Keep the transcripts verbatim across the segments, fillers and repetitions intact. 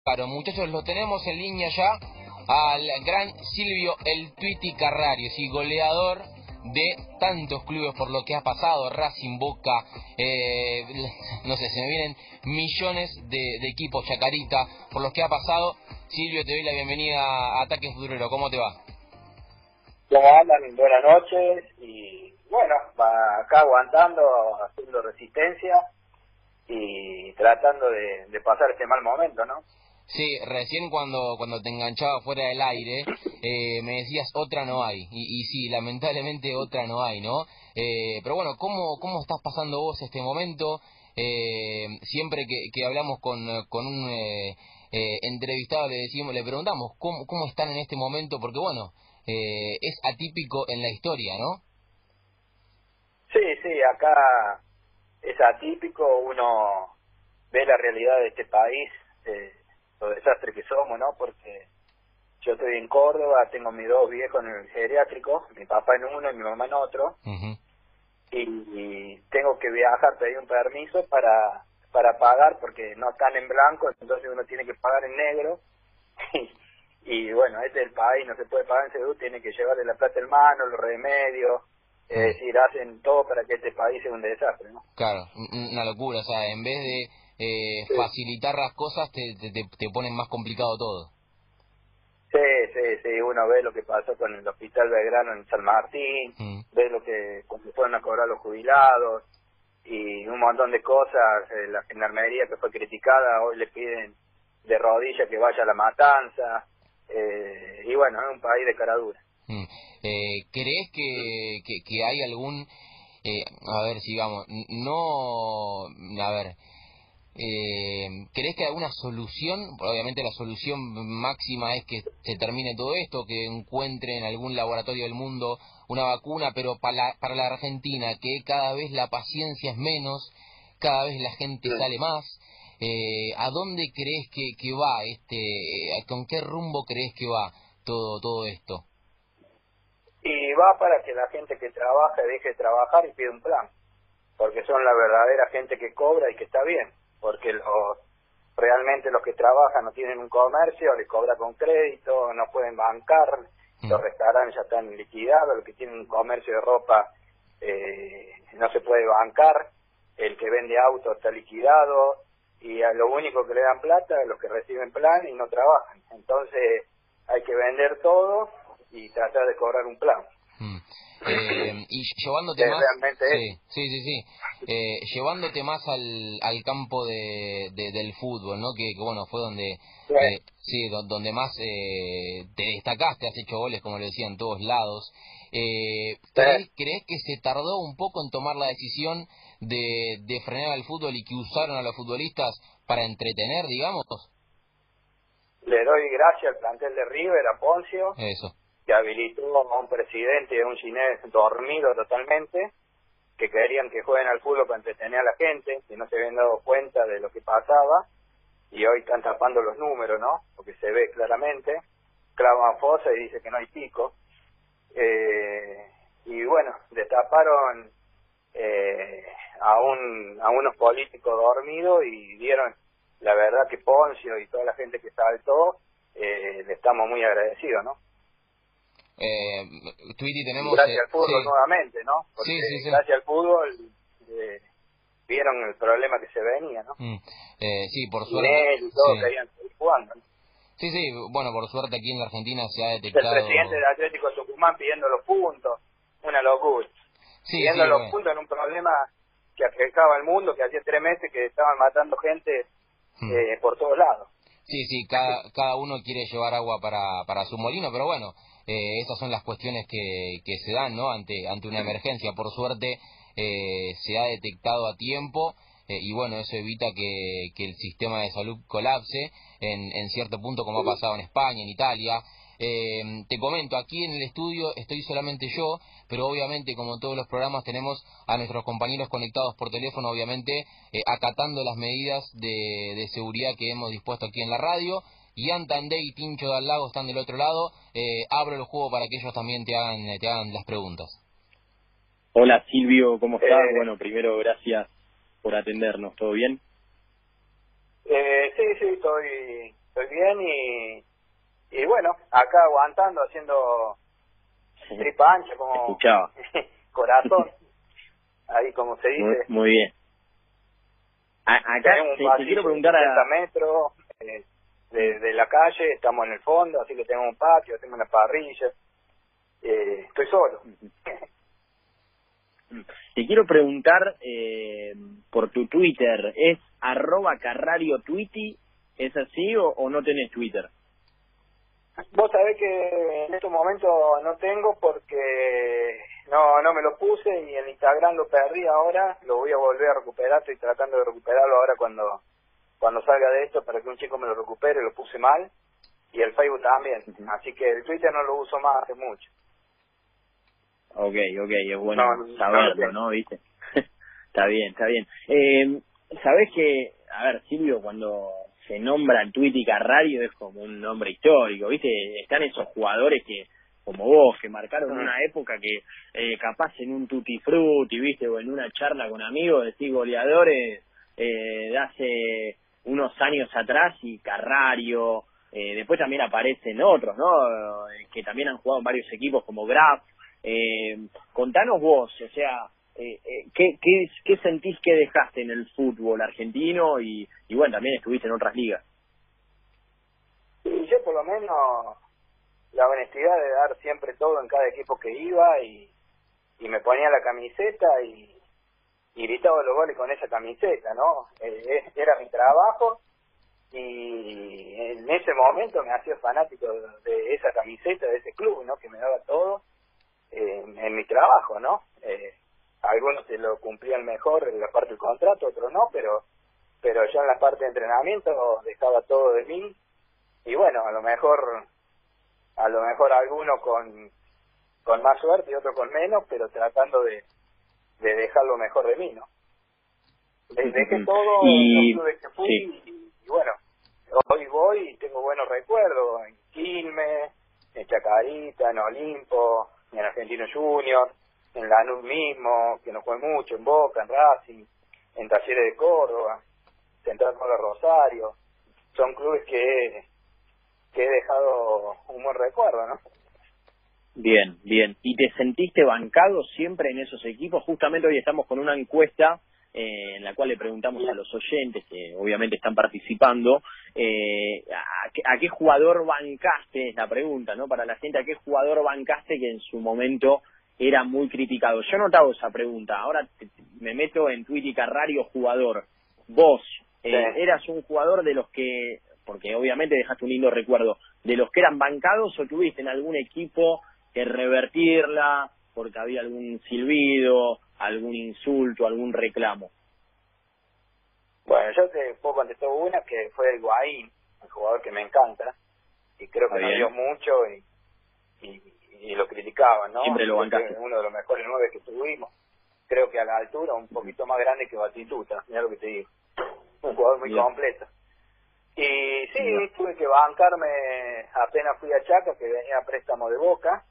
Claro, muchachos, lo tenemos en línea ya al gran Silvio El Tuiti Carrario, sí, goleador de tantos clubes por lo que ha pasado, Racing, Boca, eh, no sé, se me vienen millones de, de equipos, Chacarita, por los que ha pasado. Silvio, te doy la bienvenida a Ataque Futbolero, ¿cómo te va? ¿Cómo andan? Buenas noches y bueno, va acá aguantando, haciendo resistencia y tratando de, de pasar este mal momento, ¿no? Sí, recién cuando cuando te enganchaba fuera del aire, eh, me decías otra no hay, y, y sí, lamentablemente otra no hay, ¿no? Eh, pero bueno, ¿cómo, ¿cómo estás pasando vos este momento? Eh, siempre que, que hablamos con, con un eh, eh, entrevistado le decimos, le preguntamos cómo, cómo están en este momento, porque bueno, eh, es atípico en la historia, ¿no? Sí, sí, acá es atípico, uno ve la realidad de este país, eh, lo desastre que somos, ¿no? Porque yo estoy en Córdoba, tengo mis dos viejos en el geriátrico, mi papá en uno y mi mamá en otro, Uh-huh. y, y tengo que viajar, pedir un permiso para para pagar porque no están en blanco, entonces uno tiene que pagar en negro. Y bueno, este es el país, no se puede pagar en seguro, tiene que llevarle la plata en mano, los remedios, es Mm. decir, hacen todo para que este país sea un desastre, ¿no? Claro, un- una locura, o sea, en vez de eh, Sí, facilitar las cosas, te, te, te te ponen más complicado todo. sí, sí, sí, uno ve lo que pasó con el Hospital Belgrano en San Martín, Mm. ve lo que cuando fueron a cobrar los jubilados y un montón de cosas, eh, la gendarmería que fue criticada, hoy le piden de rodillas que vaya a la matanza, eh, y bueno, es un país de cara dura. Mm. Eh, ¿Crees que, que, que hay algún, eh, a ver, sigamos, n- no, a ver, eh, ¿crees que hay alguna solución? Obviamente la solución máxima es que se termine todo esto, que encuentre en algún laboratorio del mundo una vacuna, pero para la, para la Argentina, que cada vez la paciencia es menos, cada vez la gente Sí. sale más. Eh, ¿A dónde crees que, que va este, eh, con qué rumbo crees que va todo todo esto? Y va para que la gente que trabaja deje de trabajar y pide un plan, porque son la verdadera gente que cobra y que está bien, porque los realmente los que trabajan no tienen un comercio, les cobra con crédito, no pueden bancar, Mm. los restaurantes ya están liquidados, los que tienen un comercio de ropa eh, no se puede bancar, el que vende autos está liquidado y a lo único que le dan plata es los que reciben plan y no trabajan. Entonces hay que vender todo y tratar de cobrar un plan. Mm. Eh, y llevándote Es más, realmente sí, eso. sí, sí, sí, eh, llevándote más al, al campo de, de- del fútbol, ¿no? Que, que, bueno, fue donde, Sí. eh, sí, do- donde más eh, te destacaste, has hecho goles, como le decía, en todos lados. Eh, Sí. ¿crees, ¿Crees que se tardó un poco en tomar la decisión de, de frenar al fútbol y que usaron a los futbolistas para entretener, digamos? Le doy gracias al plantel de River, a Poncio, Eso. que habilitó a un presidente de un chinés dormido totalmente, que querían que jueguen al fútbol para entretener a la gente, que no se habían dado cuenta de lo que pasaba, y hoy están tapando los números, ¿no? Porque se ve claramente, clavan fosa y dice que no hay pico. Eh, y bueno, destaparon eh, a, un, a unos políticos dormidos y dieron, la verdad que Poncio y toda la gente que saltó, eh, le estamos muy agradecidos, ¿no? Eh, Tweety Y tenemos, eh, gracias al fútbol sí, nuevamente, ¿no? Porque sí, sí, sí. gracias al fútbol eh, vieron el problema que se venía, ¿no? Mm. Eh, sí, por Sin suerte, él y todo sí. querían seguir jugando, ¿no? Sí, sí, bueno, por suerte aquí en la Argentina se ha El presidente detectado... del Atlético de Tucumán pidiendo los puntos, una locura. Sí, Pidiendo sí, los bueno. puntos en un problema que afectaba al mundo, que hacía tres meses que estaban matando gente Mm. eh, por todos lados. Sí, sí, cada, cada uno quiere llevar agua para, para su molino, pero bueno, eh, esas son las cuestiones que, que se dan, ¿no? Ante, ante una emergencia. Por suerte eh, se ha detectado a tiempo eh, y bueno, eso evita que, que el sistema de salud colapse en, en cierto punto como ha pasado en España, en Italia. Eh, te comento, aquí en el estudio estoy solamente yo, pero obviamente como en todos los programas tenemos a nuestros compañeros conectados por teléfono, obviamente eh, acatando las medidas de, de seguridad que hemos dispuesto aquí en la radio. Ian Tandé y Tincho Dal Lago están del otro lado. Eh, abro el juego para que ellos también te hagan, te hagan las preguntas. Hola Silvio, ¿cómo estás? Eh, Bueno, primero gracias por atendernos, ¿todo bien? eh, sí, sí, estoy, estoy bien y, y bueno, acá aguantando, haciendo Sí. tripa ancha, como Escuchaba. corazón, ahí como se dice. Muy, muy bien. A, acá Tenemos un te, te pasillo quiero de preguntar sesenta a... metros eh, de, de la calle, estamos en el fondo, así que tenemos un patio, tenemos una parrilla. Eh, estoy solo. Te quiero preguntar eh, por tu Twitter, ¿es arroba carrario twitty? ¿Es así o, o no tenés Twitter? Vos sabés que en estos momentos no tengo porque no no me lo puse y el Instagram lo perdí ahora, lo voy a volver a recuperar, estoy tratando de recuperarlo ahora cuando cuando salga de esto para que un chico me lo recupere, lo puse mal, y el Facebook también, Uh-huh. así que el Twitter no lo uso más hace mucho. Ok, ok, es bueno No, saberlo, no, ¿no? ¿Viste? Está bien, está bien. Eh, Sabés que, a ver, Silvio, cuando se nombra el Twitty Carrario es como un nombre histórico, ¿viste? Están esos jugadores que, como vos, que marcaron no. una época que eh, capaz en un tutti frutti, ¿viste? O en una charla con amigos decís goleadores eh, de hace unos años atrás y Carrario, eh, después también aparecen otros, ¿no? Eh, que también han jugado en varios equipos como Graf. Eh, contanos vos, o sea, eh, eh, ¿qué, qué, ¿qué sentís que dejaste en el fútbol argentino? Y, y bueno, también estuviste en otras ligas. Y yo por lo menos la honestidad de dar siempre todo en cada equipo que iba y, y me ponía la camiseta y, y gritaba los goles con esa camiseta, ¿no? Eh, era mi trabajo y en ese momento me hacía fanático de esa camiseta, de ese club, ¿no? Que me daba todo eh, en mi trabajo, ¿no? Eh, algunos se lo cumplían mejor en la parte del contrato, otros no, pero pero yo en la parte de entrenamiento dejaba todo de mí y bueno, a lo mejor a lo mejor algunos con con más suerte y otros con menos, pero tratando de, de dejar lo mejor de mí, ¿no? De- Dejé todo en los Y clubes que fui sí, y, y bueno, hoy voy y tengo buenos recuerdos en Quilmes, en Chacarita, en Olimpo, en Argentino Junior, en Lanús mismo, que no fue mucho, en Boca, en Racing, en Talleres de Córdoba, Central Córdoba Rosario. Son clubes que he, que he dejado un buen recuerdo, ¿no? bien, bien. ¿Y te sentiste bancado siempre en esos equipos? Justamente hoy estamos con una encuesta eh, en la cual le preguntamos a los oyentes, que obviamente están participando, eh, a, qué, a qué jugador bancaste, es la pregunta, ¿no? Para la gente, ¿a qué jugador bancaste que en su momento era muy criticado? Yo no te hago esa pregunta, ahora te, me meto en Twitty Carrario jugador. Vos, eh, Sí. ¿eras un jugador de los que, porque obviamente dejaste un lindo recuerdo, de los que eran bancados o tuviste en algún equipo que revertirla porque había algún silbido, algún insulto, algún reclamo? Bueno, yo te puedo contestar una que fue el Higuaín, un jugador que me encanta y creo que Está nos bien. dio mucho y, y, y lo criticaban, ¿no? Siempre lo Creo que bancaste. es uno de los mejores nueve que tuvimos. Creo que a la altura un poquito más grande que Batistuta, mira lo que te digo. Un jugador muy Bien. completo. Y sí, Bien. tuve que bancarme, apenas fui a Chaca, que venía a préstamo de Boca.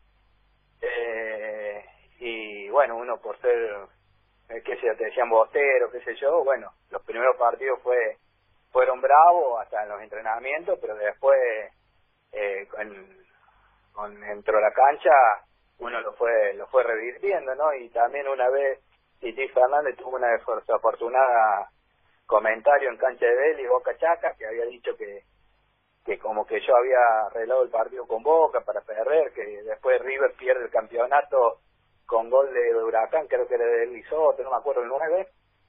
Eh, y bueno, uno por ser, eh, qué sé yo, te decían bostero, qué sé yo, bueno, los primeros partidos fue fueron bravos hasta en los entrenamientos, pero después, eh, con, con entró a la cancha, uno lo fue lo fue revirtiendo, ¿no? Y también una vez Titi Fernández tuvo una desafortunada comentario en cancha de Vélez y Boca Chaca, que había dicho que que como que yo había arreglado el partido con Boca para perder, que después River pierde el campeonato con gol de Huracán, creo que era de Lizotte, no me acuerdo el nueve,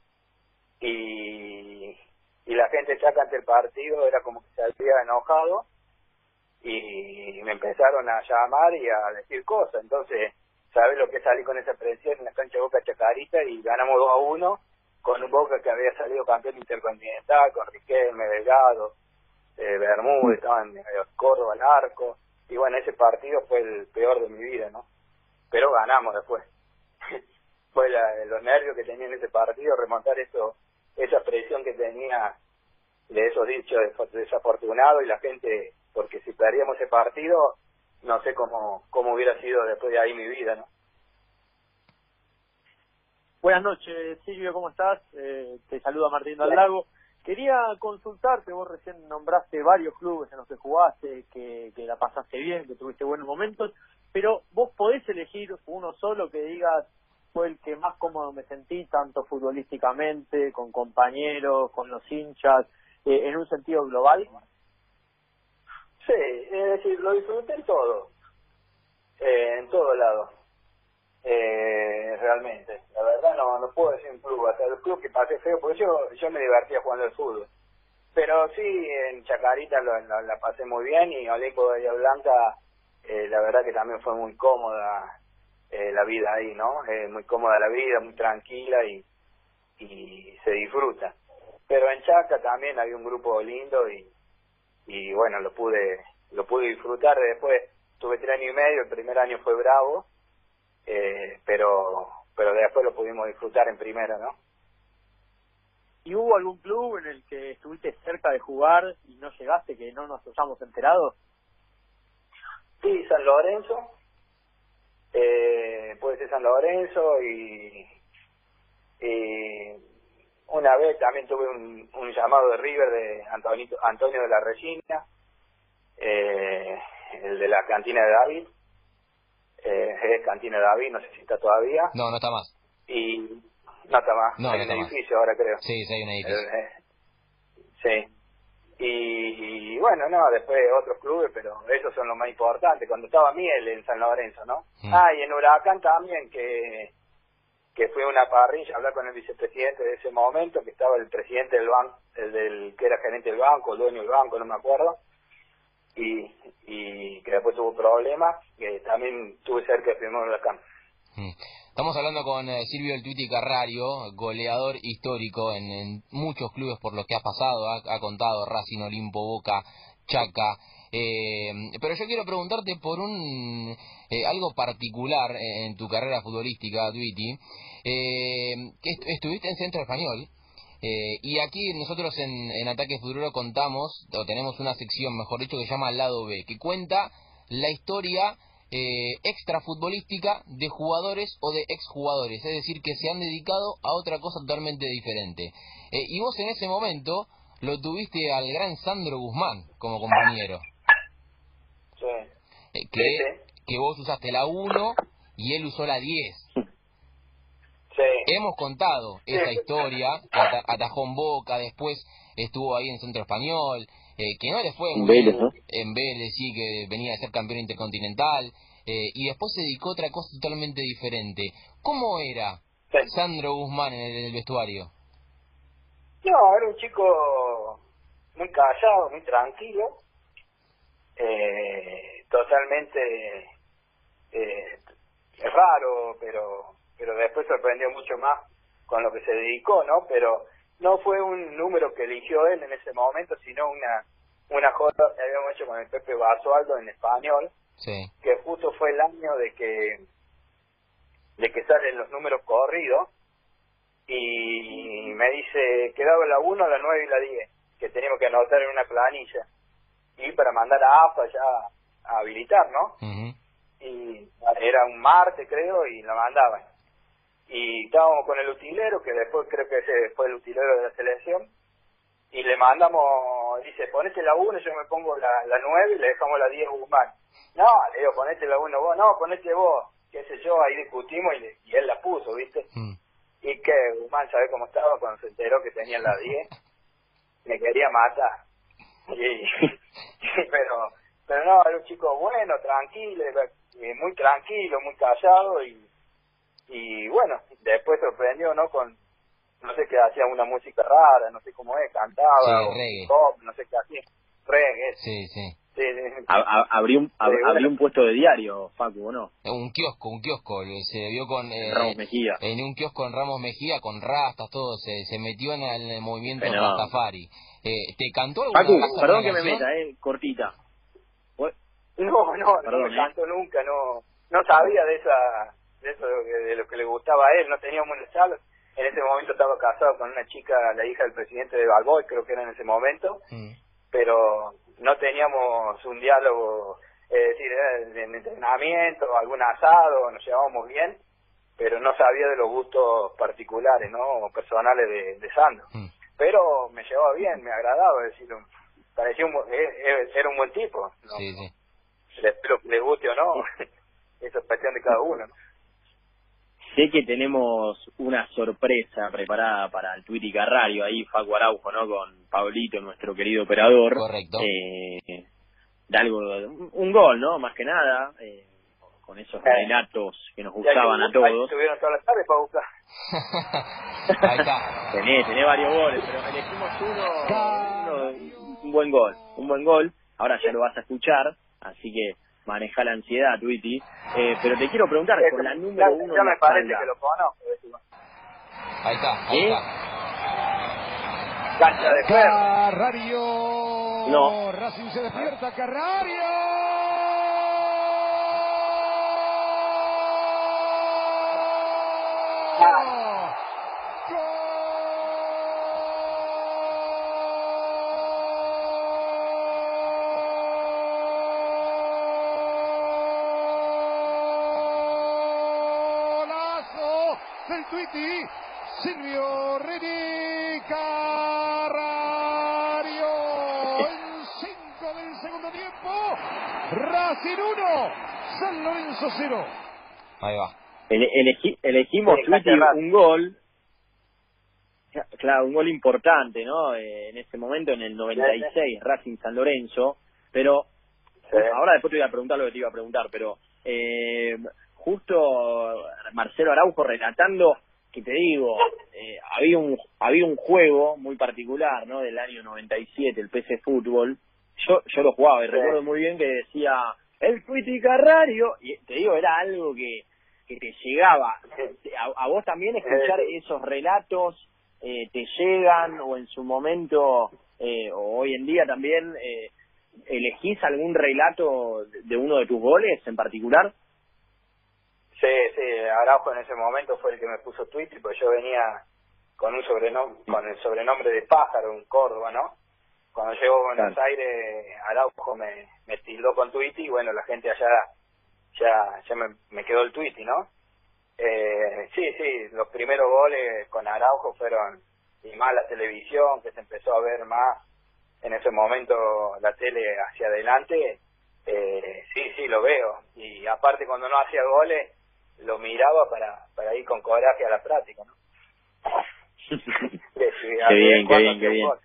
y, y la gente de Chaca ante el partido era como que se había enojado, y me empezaron a llamar y a decir cosas. Entonces, ¿sabes lo que salí con esa presión en la cancha de Boca Chacarita? Y ganamos dos a uno con un Boca que había salido campeón intercontinental, con Riquelme, Delgado, eh, Bermúdez, estaban eh, Córdoba al arco, y bueno, ese partido fue el peor de mi vida, ¿no? Pero ganamos después. Fue la, los nervios que tenía en ese partido, remontar eso, esa presión que tenía de esos dichos desafortunados y la gente, porque si perdíamos ese partido, no sé cómo cómo hubiera sido después de ahí mi vida, ¿no? Buenas noches, Silvio, ¿cómo estás? Eh, te saluda Martín del Lago. Quería consultarte, vos recién nombraste varios clubes en los que jugaste, que, que la pasaste bien, que tuviste buenos momentos, pero vos podés elegir uno solo que digas, fue el que más cómodo me sentí, tanto futbolísticamente, con compañeros, con los hinchas, eh, en un sentido global. Sí, es decir, lo disfruté en todo, eh, en todo lado, eh, realmente. La verdad no no puedo decir un club, hasta el club que pasé feo, porque yo yo me divertía jugando al fútbol. Pero sí, en Chacarita lo, lo- la pasé muy bien, y Olimpo de Bahía Blanca, eh, la verdad que también fue muy cómoda eh, la vida ahí, ¿no? Eh, muy cómoda la vida, muy tranquila, y, y se disfruta. Pero en Chaca también había un grupo lindo, y y bueno, lo pude lo pude disfrutar. Después tuve tres años y medio, el primer año fue bravo, eh, pero pero después lo pudimos disfrutar en primera, ¿no? ¿Y hubo algún club en el que estuviste cerca de jugar y no llegaste, que no nos hayamos enterado? Sí, San Lorenzo, eh, puede ser San Lorenzo, y, y una vez también tuve un, un llamado de River de Antonito, Antonio de la Regina, eh, el de la cantina de David, eh, es cantina de David, no sé si está todavía, No, no está más. y no está más, No, hay no un está más. edificio ahora creo. Sí, sí, hay un edificio. El, eh, sí. Y, y bueno, no, después otros clubes, pero esos son los más importantes. Cuando estaba Miel en San Lorenzo, ¿no? Mm. Ah, y en Huracán también, que que fue una parrilla, hablar con el vicepresidente de ese momento, que estaba el presidente del banco, el del que era gerente del banco, el dueño del banco, no me acuerdo, y y que después tuvo problemas, que también tuve cerca de primer Huracán. Mm. Estamos hablando con eh, Silvio El Tuti Carrario, goleador histórico en, en muchos clubes por lo que ha pasado, ha, ha contado Racing, Olimpo, Boca, Chaca. Eh, pero yo quiero preguntarte por un eh, algo particular en, en tu carrera futbolística, Tuti. Eh, que est- estuviste en Centro Español, eh, y aquí nosotros en, en Ataque Futuro contamos, o tenemos una sección, mejor dicho, que se llama Lado B, que cuenta la historia eh, extrafutbolística de jugadores o de exjugadores, es decir, que se han dedicado a otra cosa totalmente diferente. Eh, y vos en ese momento lo tuviste al gran Sandro Guzmán como compañero, Sí, eh, sí, que, sí. que vos usaste la uno y él usó la diez. Sí, Hemos contado sí, esa historia, que ata- atajó en Boca, después estuvo ahí en Centro Español, eh, que no le fue En muy Vélez, bien ¿no? en Vélez, sí, que venía de ser campeón intercontinental, eh, y después se dedicó a otra cosa totalmente diferente. ¿Cómo era sí. Sandro Guzmán en el, en el vestuario? No, era un chico muy callado, muy tranquilo, eh, totalmente eh, raro, pero pero después sorprendió mucho más con lo que se dedicó, ¿no? Pero no fue un número que eligió él en ese momento, sino una una joda que habíamos hecho con el Pepe Basualdo en Español, Sí. que justo fue el año de que de que salen los números corridos, y me dice, quedaba la uno, la nueve y la diez, que teníamos que anotar en una planilla, y para mandar a A F A ya a habilitar, ¿no? Ujú. Y era un martes, creo, y lo mandaban. Y estábamos con el utilero, que después creo que ese fue el utilero de la selección, y le mandamos, dice, ponete la uno, yo me pongo la, la nueve, y le dejamos la diez a Guzmán. No, le digo, ponete la uno vos, no, ponete vos, qué sé yo, ahí discutimos, y, le- y él la puso, ¿viste? Mm. Y que Guzmán, ¿sabe cómo estaba cuando se enteró que tenía la diez? Me quería matar. Y, pero pero no, era un chico bueno, tranquilo, eh, muy tranquilo, muy callado, y y bueno, después sorprendió, ¿no? Con, no sé qué, hacía una música rara, no sé cómo es, cantaba, Sí, o reggae. pop, no sé qué hacía, reggae, Sí, sí. sí, sí, A- a- Abrió un, ab- sí, abrió bueno, un puesto de diario, Facu, ¿o no? Un kiosco, un kiosco, lo- se vio con... En eh, Ramos Mejía. en un kiosco en Ramos Mejía, con rastas, todo, se, se metió en el, en el movimiento Fenómeno. Rastafari. Eh, ¿Te cantó alguna Facu, vez alguna perdón que me canción? meta, eh, cortita. Fue- no, no, no Perdón, me ¿eh? cantó nunca, no no sabía de esa de eso de, lo que- de lo que le gustaba a él, no teníamos una charla. En ese momento estaba casado con una chica, la hija del presidente de Balboy, creo que era en ese momento, Mm. pero no teníamos un diálogo, es decir, era en entrenamiento, algún asado, nos llevábamos bien, pero no sabía de los gustos particulares, ¿no? O personales de, de Sandro. Mm. pero me llevaba bien, me agradaba, es decir, parecía un, era un buen tipo, ¿no? Sí, sí. Les, les guste o no, eso es cuestión de cada uno, ¿no? Sé que tenemos una sorpresa preparada para el Twitty Carrario, ahí Facu Araujo, ¿no? Con Pablito, nuestro querido operador. Correcto. Eh, de algo, un, un gol, ¿no? Más que nada, eh, con esos relatos que nos gustaban a todos. Ahí estuvieron todas las tardes para buscar. Ahí está. Tenés, tenés varios goles, pero elegimos uno, uno, un buen gol, un buen gol. Ahora ya lo vas a escuchar, así que maneja la ansiedad, Twitty. Eh, pero te quiero preguntar, Eso, con la número ya, uno ya en la me parece espalda, que lo conozco. Ahí está, ahí ¿eh? está. Cancha de Ferro. Carrario. No. Racing se despierta, Carrario. Ah. Golazo del Twitty. Silvio Reni Carrario. En cinco del segundo tiempo. Racing uno. San Lorenzo cero. Ahí va. Ele elegí, elegimos, Sí, Twitty, Racing. un gol, claro, un gol importante, ¿no? Eh, en ese momento, en el noventa y seis, Racing San Lorenzo, pero Sí. ahora después te voy a preguntar lo que te iba a preguntar, pero eh, justo Marcelo Araujo relatando, que te digo, eh, había un había un juego muy particular, ¿no? Del año noventa y siete, el P C Fútbol. Yo yo lo jugaba y Sí. recuerdo muy bien que decía el Twitty Carrario, y te digo, era algo que, que te llegaba. A, a vos también escuchar esos relatos eh, te llegan, o en su momento, eh, o hoy en día también, eh, ¿elegís algún relato de uno de tus goles en particular? Sí, sí, Araujo en ese momento fue el que me puso Twitty, porque yo venía con un sobrenombre, con el sobrenombre de Pájaro en Córdoba, ¿no? Cuando llego a Buenos Claro. Aires, Araujo me, me tildó con Twitty, y bueno, la gente allá ya ya me, me quedó el Twitty, ¿no? Eh, sí, sí, los primeros goles con Araujo fueron, y más la televisión, que se empezó a ver más en ese momento la tele hacia adelante, eh, sí, sí, lo veo. Y aparte cuando no hacía goles, lo miraba para, para ir con coraje a la práctica, ¿no? Que si Qué bien, qué cuando bien, qué hacía un bien. gol.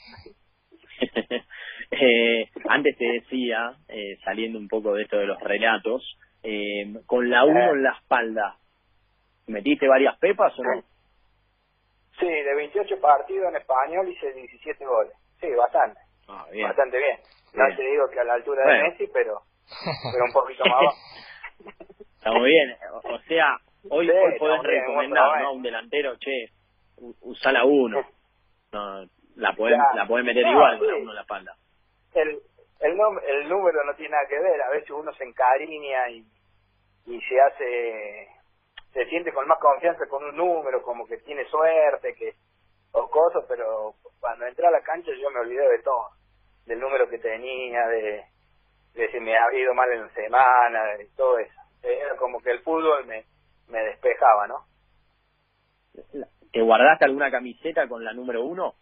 eh, antes te decía, eh, saliendo un poco de esto de los relatos, eh, con la uno en la espalda, ¿metiste varias pepas o no? Sí, de veintiocho partidos en español hice diecisiete goles. Sí, bastante. Ah, bien. Bastante bien. No Bien. te digo que a la altura Bueno. de Messi, pero, pero un poquito más abajo. Está muy bien. O, o sea, hoy, Sí, hoy está podés muy bien, recomendar, buen ¿no? A un delantero, che, u- usá la uno. No, la podés, Claro. la podés meter No, igual con la sí. uno en la espalda. El, el, nom- el número no tiene nada que ver. A veces uno se encariña y, y se hace, se siente con más confianza con un número, como que tiene suerte, que o cosas, pero cuando entré a la cancha yo me olvidé de todo, del número que tenía, de, de si me había ido mal en la semana, de todo eso. Era como que el fútbol me, me despejaba, ¿no? ¿Te guardaste alguna camiseta con la número uno?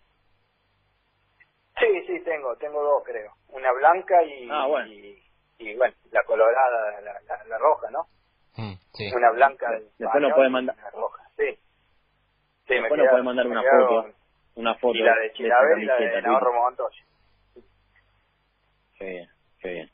Sí, sí, tengo, tengo dos creo, una blanca y, Ah, bueno. y, y, bueno, la colorada, la, la, la roja, ¿no? Mm, sí. Una blanca de Después nos español puede y mandar- una roja, sí. Sí, me Después nos quedaron- puede mandar me una quedaron- foto, una foto y la de esa Chilaver y la de camiseta, Navarro Twitty. Montoya. Qué bien, qué bien.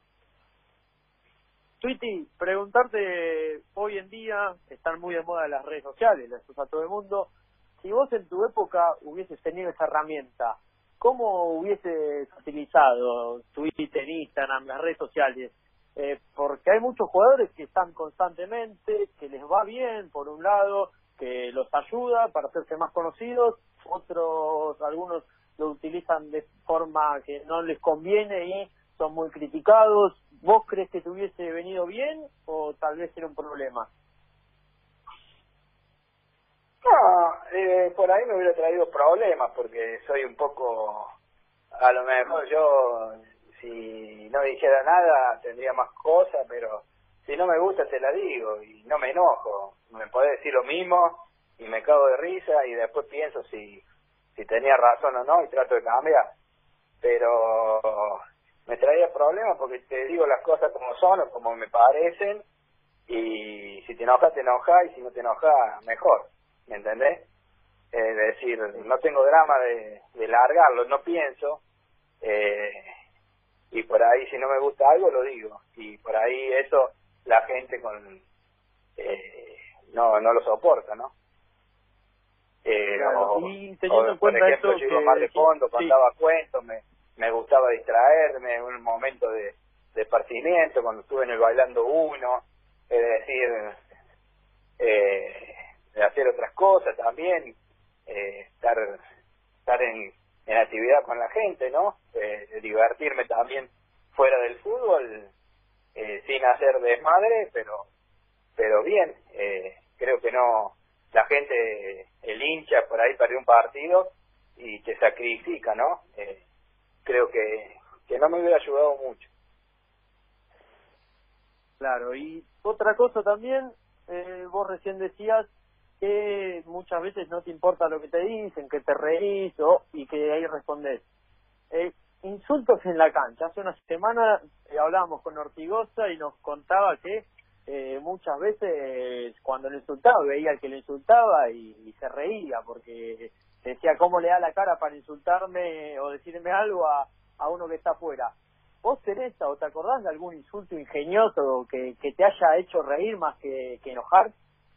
Twitty, preguntarte, hoy en día están muy de moda las redes sociales, las usa todo el mundo. Si vos en tu época hubieses tenido esa herramienta, ¿cómo hubieses utilizado Twitter, Instagram, las redes sociales? Eh, porque hay muchos jugadores que están constantemente, que les va bien, por un lado, que los ayuda para hacerse más conocidos, otros, algunos lo utilizan de forma que no les conviene y son muy criticados. ¿Vos crees que te hubiese venido bien o tal vez era un problema? No, eh, por ahí me hubiera traído problemas porque soy un poco, a lo mejor yo, si no dijera nada tendría más cosas, pero si no me gusta te la digo y no me enojo. Me podés decir lo mismo y me cago de risa y después pienso si si tenía razón o no y trato de cambiar, pero me traía problemas porque te digo las cosas como son o como me parecen, y si te enojas, te enojas, y si no te enojas, mejor, ¿me entendés? Es decir, no tengo drama de, de largarlo, no pienso, eh, y por ahí si no me gusta algo lo digo, y por ahí eso la gente con eh, no no lo soporta, ¿no? Eh, claro. o, Y teniendo o, en por cuenta ejemplo, esto yo iba que más de fondo, sí. contaba cuentos, me, me gustaba distraerme en un momento de, de esparcimiento, cuando estuve en el Bailando Uno, es decir, eh, de hacer otras cosas también, eh, estar estar en, en actividad con la gente, ¿no? Eh, de divertirme también fuera del fútbol, eh, sin hacer desmadre, pero pero bien, eh, creo que no, la gente, el hincha por ahí perdió un partido y te sacrifica, ¿no? Eh, creo que, que no me hubiera ayudado mucho. Claro, y otra cosa también, eh, vos recién decías que muchas veces no te importa lo que te dicen, que te reís o, y que ahí respondés. Eh, insultos en la cancha. Hace una semana eh, hablábamos con Ortigosa y nos contaba que eh, muchas veces cuando le insultaba veía al que le insultaba y, y se reía porque decía cómo le da la cara para insultarme o decirme algo a, a uno que está afuera. ¿Vos, Teresa, o te acordás de algún insulto ingenioso que, que te haya hecho reír más que, que enojar?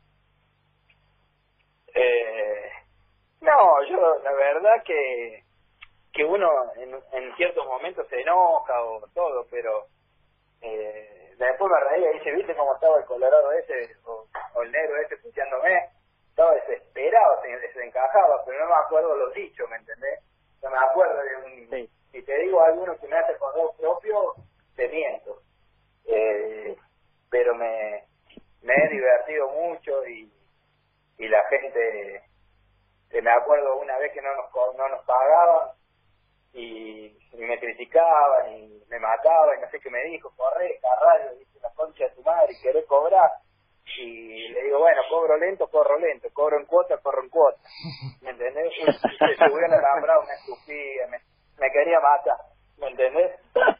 Eh, no, yo la verdad que que uno en, en ciertos momentos se enoja o todo, pero eh, después me reía y dice, ¿viste cómo estaba el colorado ese o, o el negro ese escuchándome? Estaba desesperado, se desencajaba, pero no me acuerdo los dichos, ¿me entendés? No me acuerdo de un... Sí. Si te digo alguno que me hace acordar propio, te miento. Eh, pero me, me he divertido mucho y, y la gente, eh, me acuerdo una vez que no nos, co- no nos pagaban, y, y me criticaban y me mataban y no sé qué me dijo, corre, carralho, dice la concha de tu madre, y querés cobrar, y le digo, bueno, cobro lento, corro lento, cobro en cuota, corro en cuota, ¿me entendés? Y se subió al alambrado, me escupía, me, me quería matar, ¿me entendés?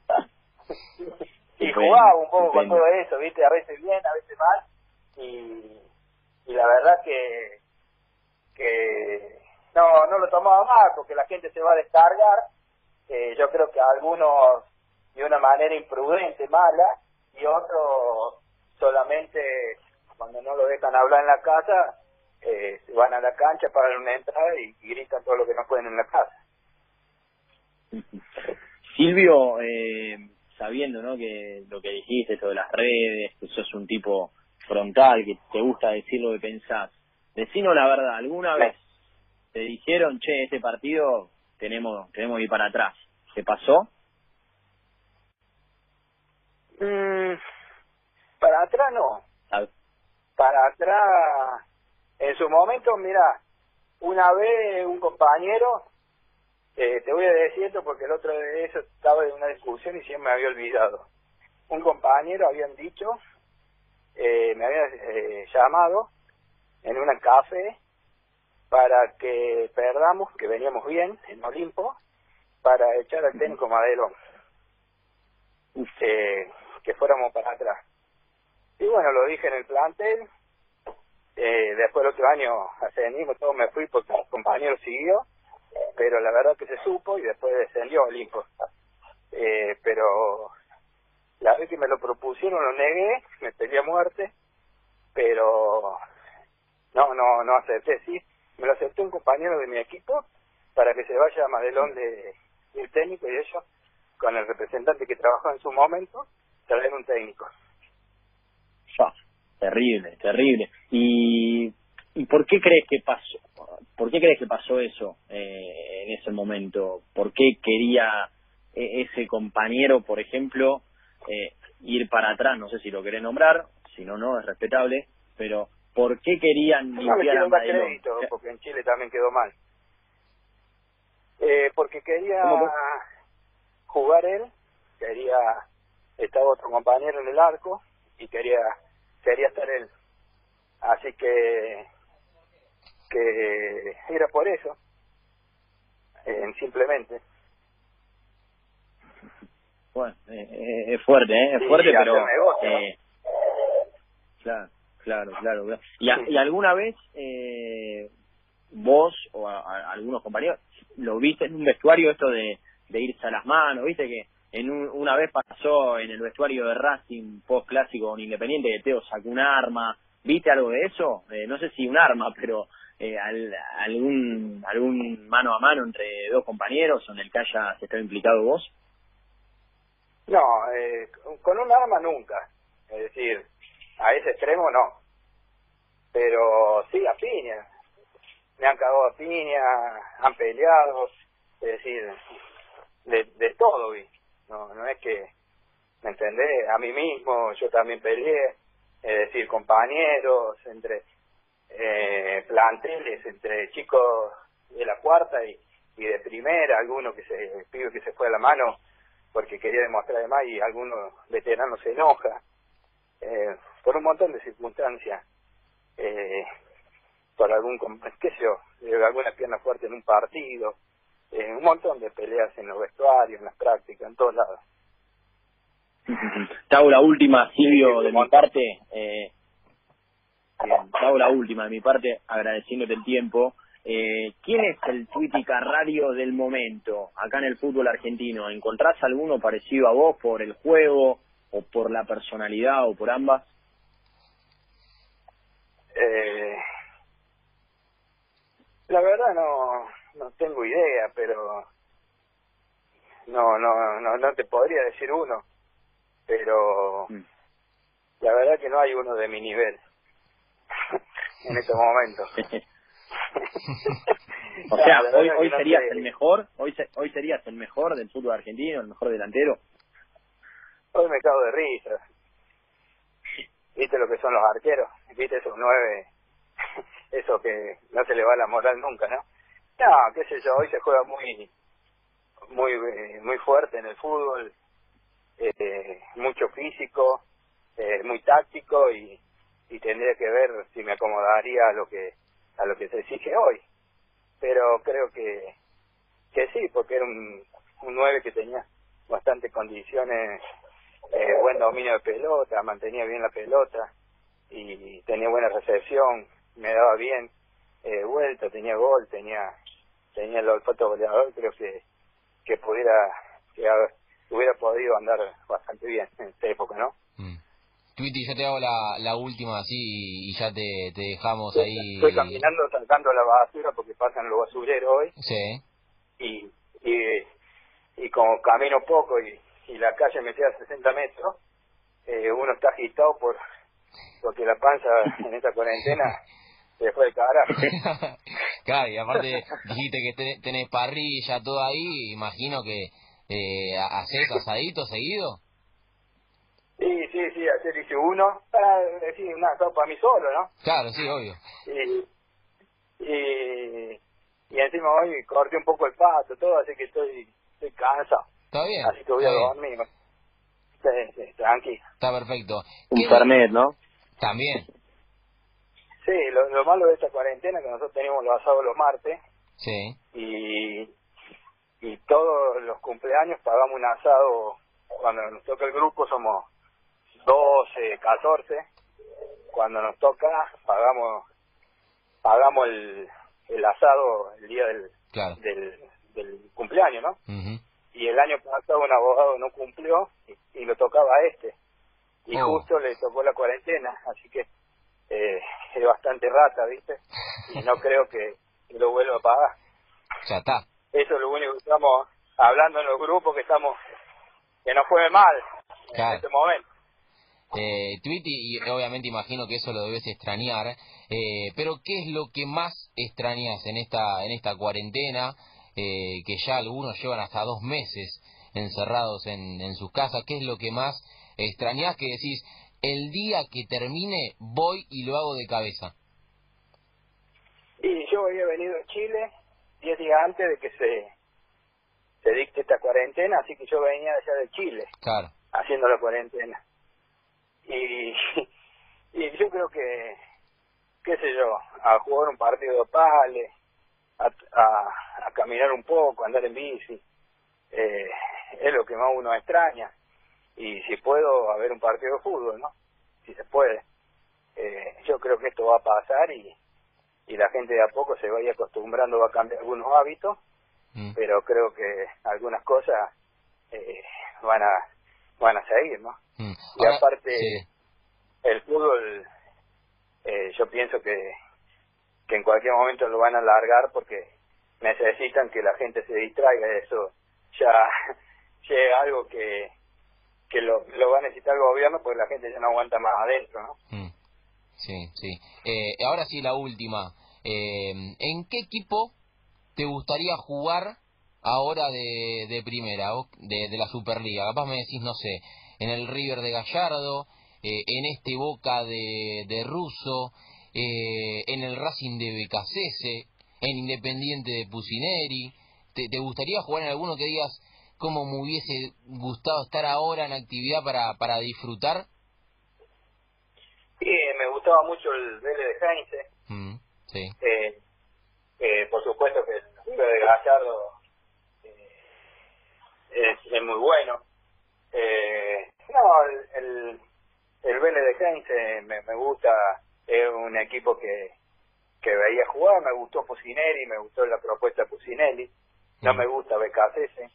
Y jugaba un poco con todo eso, viste, a veces bien, a veces mal, y, y la verdad que que no no lo tomaba mal porque la gente se va a descargar. Eh, yo creo que algunos de una manera imprudente, mala, y otros solamente cuando no lo dejan hablar en la casa, eh, se van a la cancha, pagan una entrada y, y gritan todo lo que no pueden en la casa. Silvio, eh, sabiendo, ¿no?, que lo que dijiste sobre las redes, que sos un tipo frontal, que te gusta decir lo que pensás, decinos la verdad, ¿alguna vez te dijeron, che, este partido tenemos tenemos que ir para atrás? ¿Te pasó? Mm, para atrás no. ¿Sabes? Para atrás, en su momento, mira, una vez un compañero, eh, te voy a decir esto porque el otro de eso estaba en una discusión y siempre me había olvidado. Un compañero habían dicho, eh, me había eh, llamado en una café para que perdamos, que veníamos bien en Olimpo, para echar al técnico Madelón, eh, que fuéramos para atrás. Y bueno, lo dije en el plantel, eh, después el otro año ascendimos, todo me fui porque mi compañero siguió, pero la verdad que se supo y después descendió Olimpo. Eh, pero la vez que me lo propusieron lo negué, me peleé a muerte, pero no, no, no acepté, sí, me lo aceptó un compañero de mi equipo para que se vaya a Madelón de, del técnico y ellos, con el representante que trabajó en su momento, traer un técnico. Ah, terrible, terrible. ¿Y, ¿Y por qué crees que pasó? ¿Por qué crees que pasó eso eh, en ese momento? ¿Por qué quería eh, ese compañero, por ejemplo, eh, ir para atrás? No sé si lo querés nombrar, si no, no, es respetable, pero ¿por qué querían No me limpiar quiero a dar Madelón? crédito, porque en Chile también quedó mal. Eh, porque quería ¿Cómo? jugar él, quería, estaba otro compañero en el arco y quería quería estar él. Así que que era por eso. eh, simplemente. Bueno, eh, es fuerte, ¿eh? Es Sí, fuerte, pero... Negocio, eh, claro, claro, claro. claro. ¿Y, a, ¿Y alguna vez eh, vos o a, a algunos compañeros lo viste en un vestuario esto de, de irse a las manos? ¿Viste que en un, una vez pasó en el vestuario de Racing post clásico con Independiente que Teo sacó un arma? ¿Viste algo de eso? Eh, no sé si un arma, pero eh, al, algún algún mano a mano entre dos compañeros o en el que hayas estado implicado vos. No, eh, con un arma nunca. Es decir, a ese extremo no. Pero sí, a piña. Me han cagado a piña, han peleado. Es decir, de, de todo vi. No, no es que, ¿me entendés? A mí mismo, yo también peleé. Es decir, compañeros, entre eh, planteles, entre chicos de la cuarta y, y de primera, alguno que se pibe que se fue a la mano porque quería demostrar además y algunos veteranos se enoja eh, por un montón de circunstancias, eh, por algún, qué sé yo, eh, alguna pierna fuerte en un partido, eh, un montón de peleas en los vestuarios, en las prácticas, en todos lados. Te hago la última, Silvio, de mi parte. Eh, bien, te hago la última de mi parte, agradeciéndote el tiempo. Eh, ¿Quién es el Twitty Carrario del momento acá en el fútbol argentino? ¿Encontrás alguno parecido a vos por el juego o por la personalidad o por ambas? Eh, la verdad no no tengo idea, pero no no no no te podría decir uno, pero mm. la verdad que no hay uno de mi nivel en estos momentos. O sea, hoy hoy serías el mejor, hoy se, hoy serías el mejor del fútbol argentino, el mejor delantero. Hoy me cago de risa. ¿Viste lo que son los arqueros? ¿Viste esos nueve? Eso que no se le va la moral nunca, ¿no? No, qué sé yo, hoy se juega muy muy muy fuerte en el fútbol, eh, mucho físico, eh, muy táctico y, y tendría que ver si me acomodaría a lo que a lo que se exige hoy. Pero creo que que sí, porque era un, un nueve que tenía bastantes condiciones, eh, buen dominio de pelota, mantenía bien la pelota y tenía buena recepción, me daba bien eh, vuelta, tenía gol, tenía tenía el olfato goleador, creo que que pudiera que hubiera podido andar bastante bien en esta época, ¿no? Mm. Twitty, yo te hago la, la última así y, y ya te, te dejamos sí, ahí. Estoy caminando sacando la basura porque pasan los basureros hoy. Sí. Y, y, y como camino poco y, y la calle me queda a sesenta metros, eh, uno está agitado por porque la panza en esta cuarentena se fue de carajo. Claro, y aparte dijiste que tenés, tenés parrilla, todo ahí, imagino que eh, hacés asadito seguido. Sí, sí, sí, ayer hice uno, para decir una asado para mí solo, ¿no? Claro, sí, obvio. Y, y, y encima hoy corté un poco el pasto, todo, así que estoy, estoy cansado. Está bien. Así que voy a dormir. Sí, sí, tranquilo. Está perfecto. Un Fernet, ¿no? También. Sí, lo, lo malo de esta cuarentena es que nosotros tenemos los asados los martes. Sí. Y, y todos los cumpleaños pagamos un asado. Cuando nos toca el grupo somos doce, catorce. Cuando nos toca pagamos pagamos el, el asado el día del, claro. del, del cumpleaños, ¿no? Uh-huh. Y el año pasado un abogado no cumplió y, y lo tocaba a este. Y oh. justo le tocó la cuarentena, así que eh, es bastante rata, ¿viste? Y no creo que lo vuelva a pagar. Ya está. Eso es lo único que estamos hablando en los grupos, que estamos que nos fue mal claro. en este momento. Eh, Twitty, y obviamente imagino que eso lo debes extrañar, eh, pero ¿qué es lo que más extrañas en esta en esta cuarentena, eh, que ya algunos llevan hasta dos meses encerrados en, en sus casas? ¿Qué es lo que más extrañas que decís, el día que termine voy y lo hago de cabeza? Y yo había venido a Chile diez días antes de que se, se dicte esta cuarentena, así que yo venía allá de Chile, claro. haciendo la cuarentena. Y, y yo creo que, qué sé yo, a jugar un partido de pales, a, a, a caminar un poco, andar en bici, eh, es lo que más uno extraña. Y si puedo, a ver un partido de fútbol, ¿no? Si se puede. Eh, yo creo que esto va a pasar y, y la gente de a poco se va a ir acostumbrando, va a cambiar algunos hábitos, mm. pero creo que algunas cosas eh, van a van a seguir, ¿no? Mm. Y Ahora, aparte, sí. el fútbol, eh, yo pienso que, que en cualquier momento lo van a alargar porque necesitan que la gente se distraiga de eso. Ya llega algo que que lo, lo va a necesitar el gobierno porque la gente ya no aguanta más adentro, ¿no? Mm. Sí, sí. Eh, ahora sí, la última. Eh, ¿En qué equipo te gustaría jugar ahora de, de primera, de, de la Superliga? Capaz me decís, no sé, en el River de Gallardo, eh, en este Boca de, de Russo, eh, en el Racing de Becasese, en Independiente de Pusineri. ¿Te, ¿Te gustaría jugar en alguno que digas cómo me hubiese gustado estar ahora en actividad para, para disfrutar? Sí, me gustaba mucho el Vélez de Heinze. Mm, sí. Eh, eh, por supuesto que el River de Gallardo eh, es, es muy bueno. Eh, no, el, el, el Vélez de Heinze me, me gusta, es un equipo que, que veía jugar, me gustó Pusineri, me gustó la propuesta de Pusinelli, no mm. me gusta Becasese.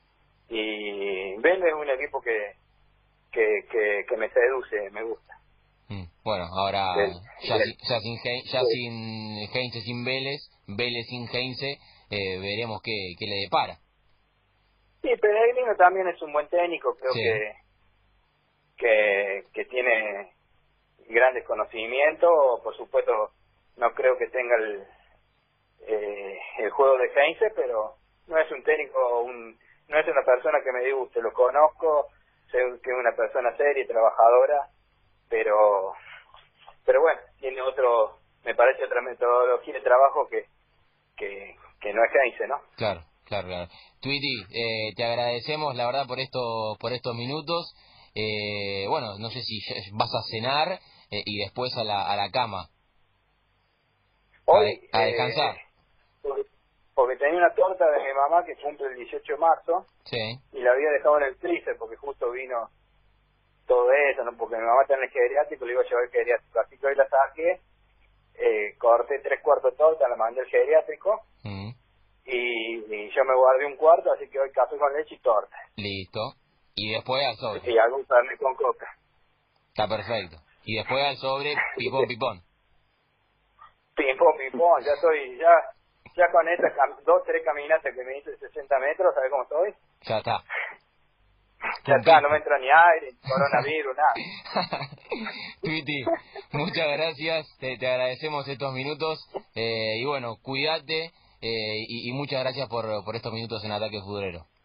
Y Vélez es un equipo que, que, que, que me seduce, me gusta. Bueno, ahora del, ya, del, ya sin ya sí. sin Heinze, sin Vélez, Vélez sin Heinze, eh, veremos qué, qué le depara. Sí, Pellegrino también es un buen técnico, creo sí. que, que que tiene grandes conocimientos, por supuesto no creo que tenga el eh, el juego de Heinze, pero no es un técnico, un no es una persona que me disguste, lo conozco, sé que es una persona seria y trabajadora, pero pero bueno, tiene otro, me parece otra metodología de trabajo que que, que no es Heinze, ¿no? Claro, claro, claro. Tweety, eh, te agradecemos la verdad por estos por estos minutos. Eh, bueno, no sé si vas a cenar eh, y después a la a la cama. Hoy, a, a descansar. Eh, porque, porque tenía una torta de mi mamá que cumple el dieciocho de marzo. Sí. Y la había dejado en el freezer porque justo vino todo eso, ¿no? Porque mi mamá está en el geriátrico, le iba a llevar el geriátrico, así que hoy la saqué, eh, corté tres cuartos de torta, la mandé al geriátrico, mm. y, y yo me guardé un cuarto, así que hoy café con leche y torta. Listo. Y después al sobre. Y algún carne con coca. Está perfecto. Y después al sobre, pipón, pipón. Pipón, pipón, ya estoy, ya, ya con estas dos, tres caminatas que me hice de sesenta metros, ¿sabes cómo estoy? Ya está. Ya está, no me entra ni aire, ni coronavirus, nada. Tweety, muchas gracias, te, te agradecemos estos minutos, eh, y bueno, cuídate, eh, y, y muchas gracias por, por estos minutos en Ataque Futbolero.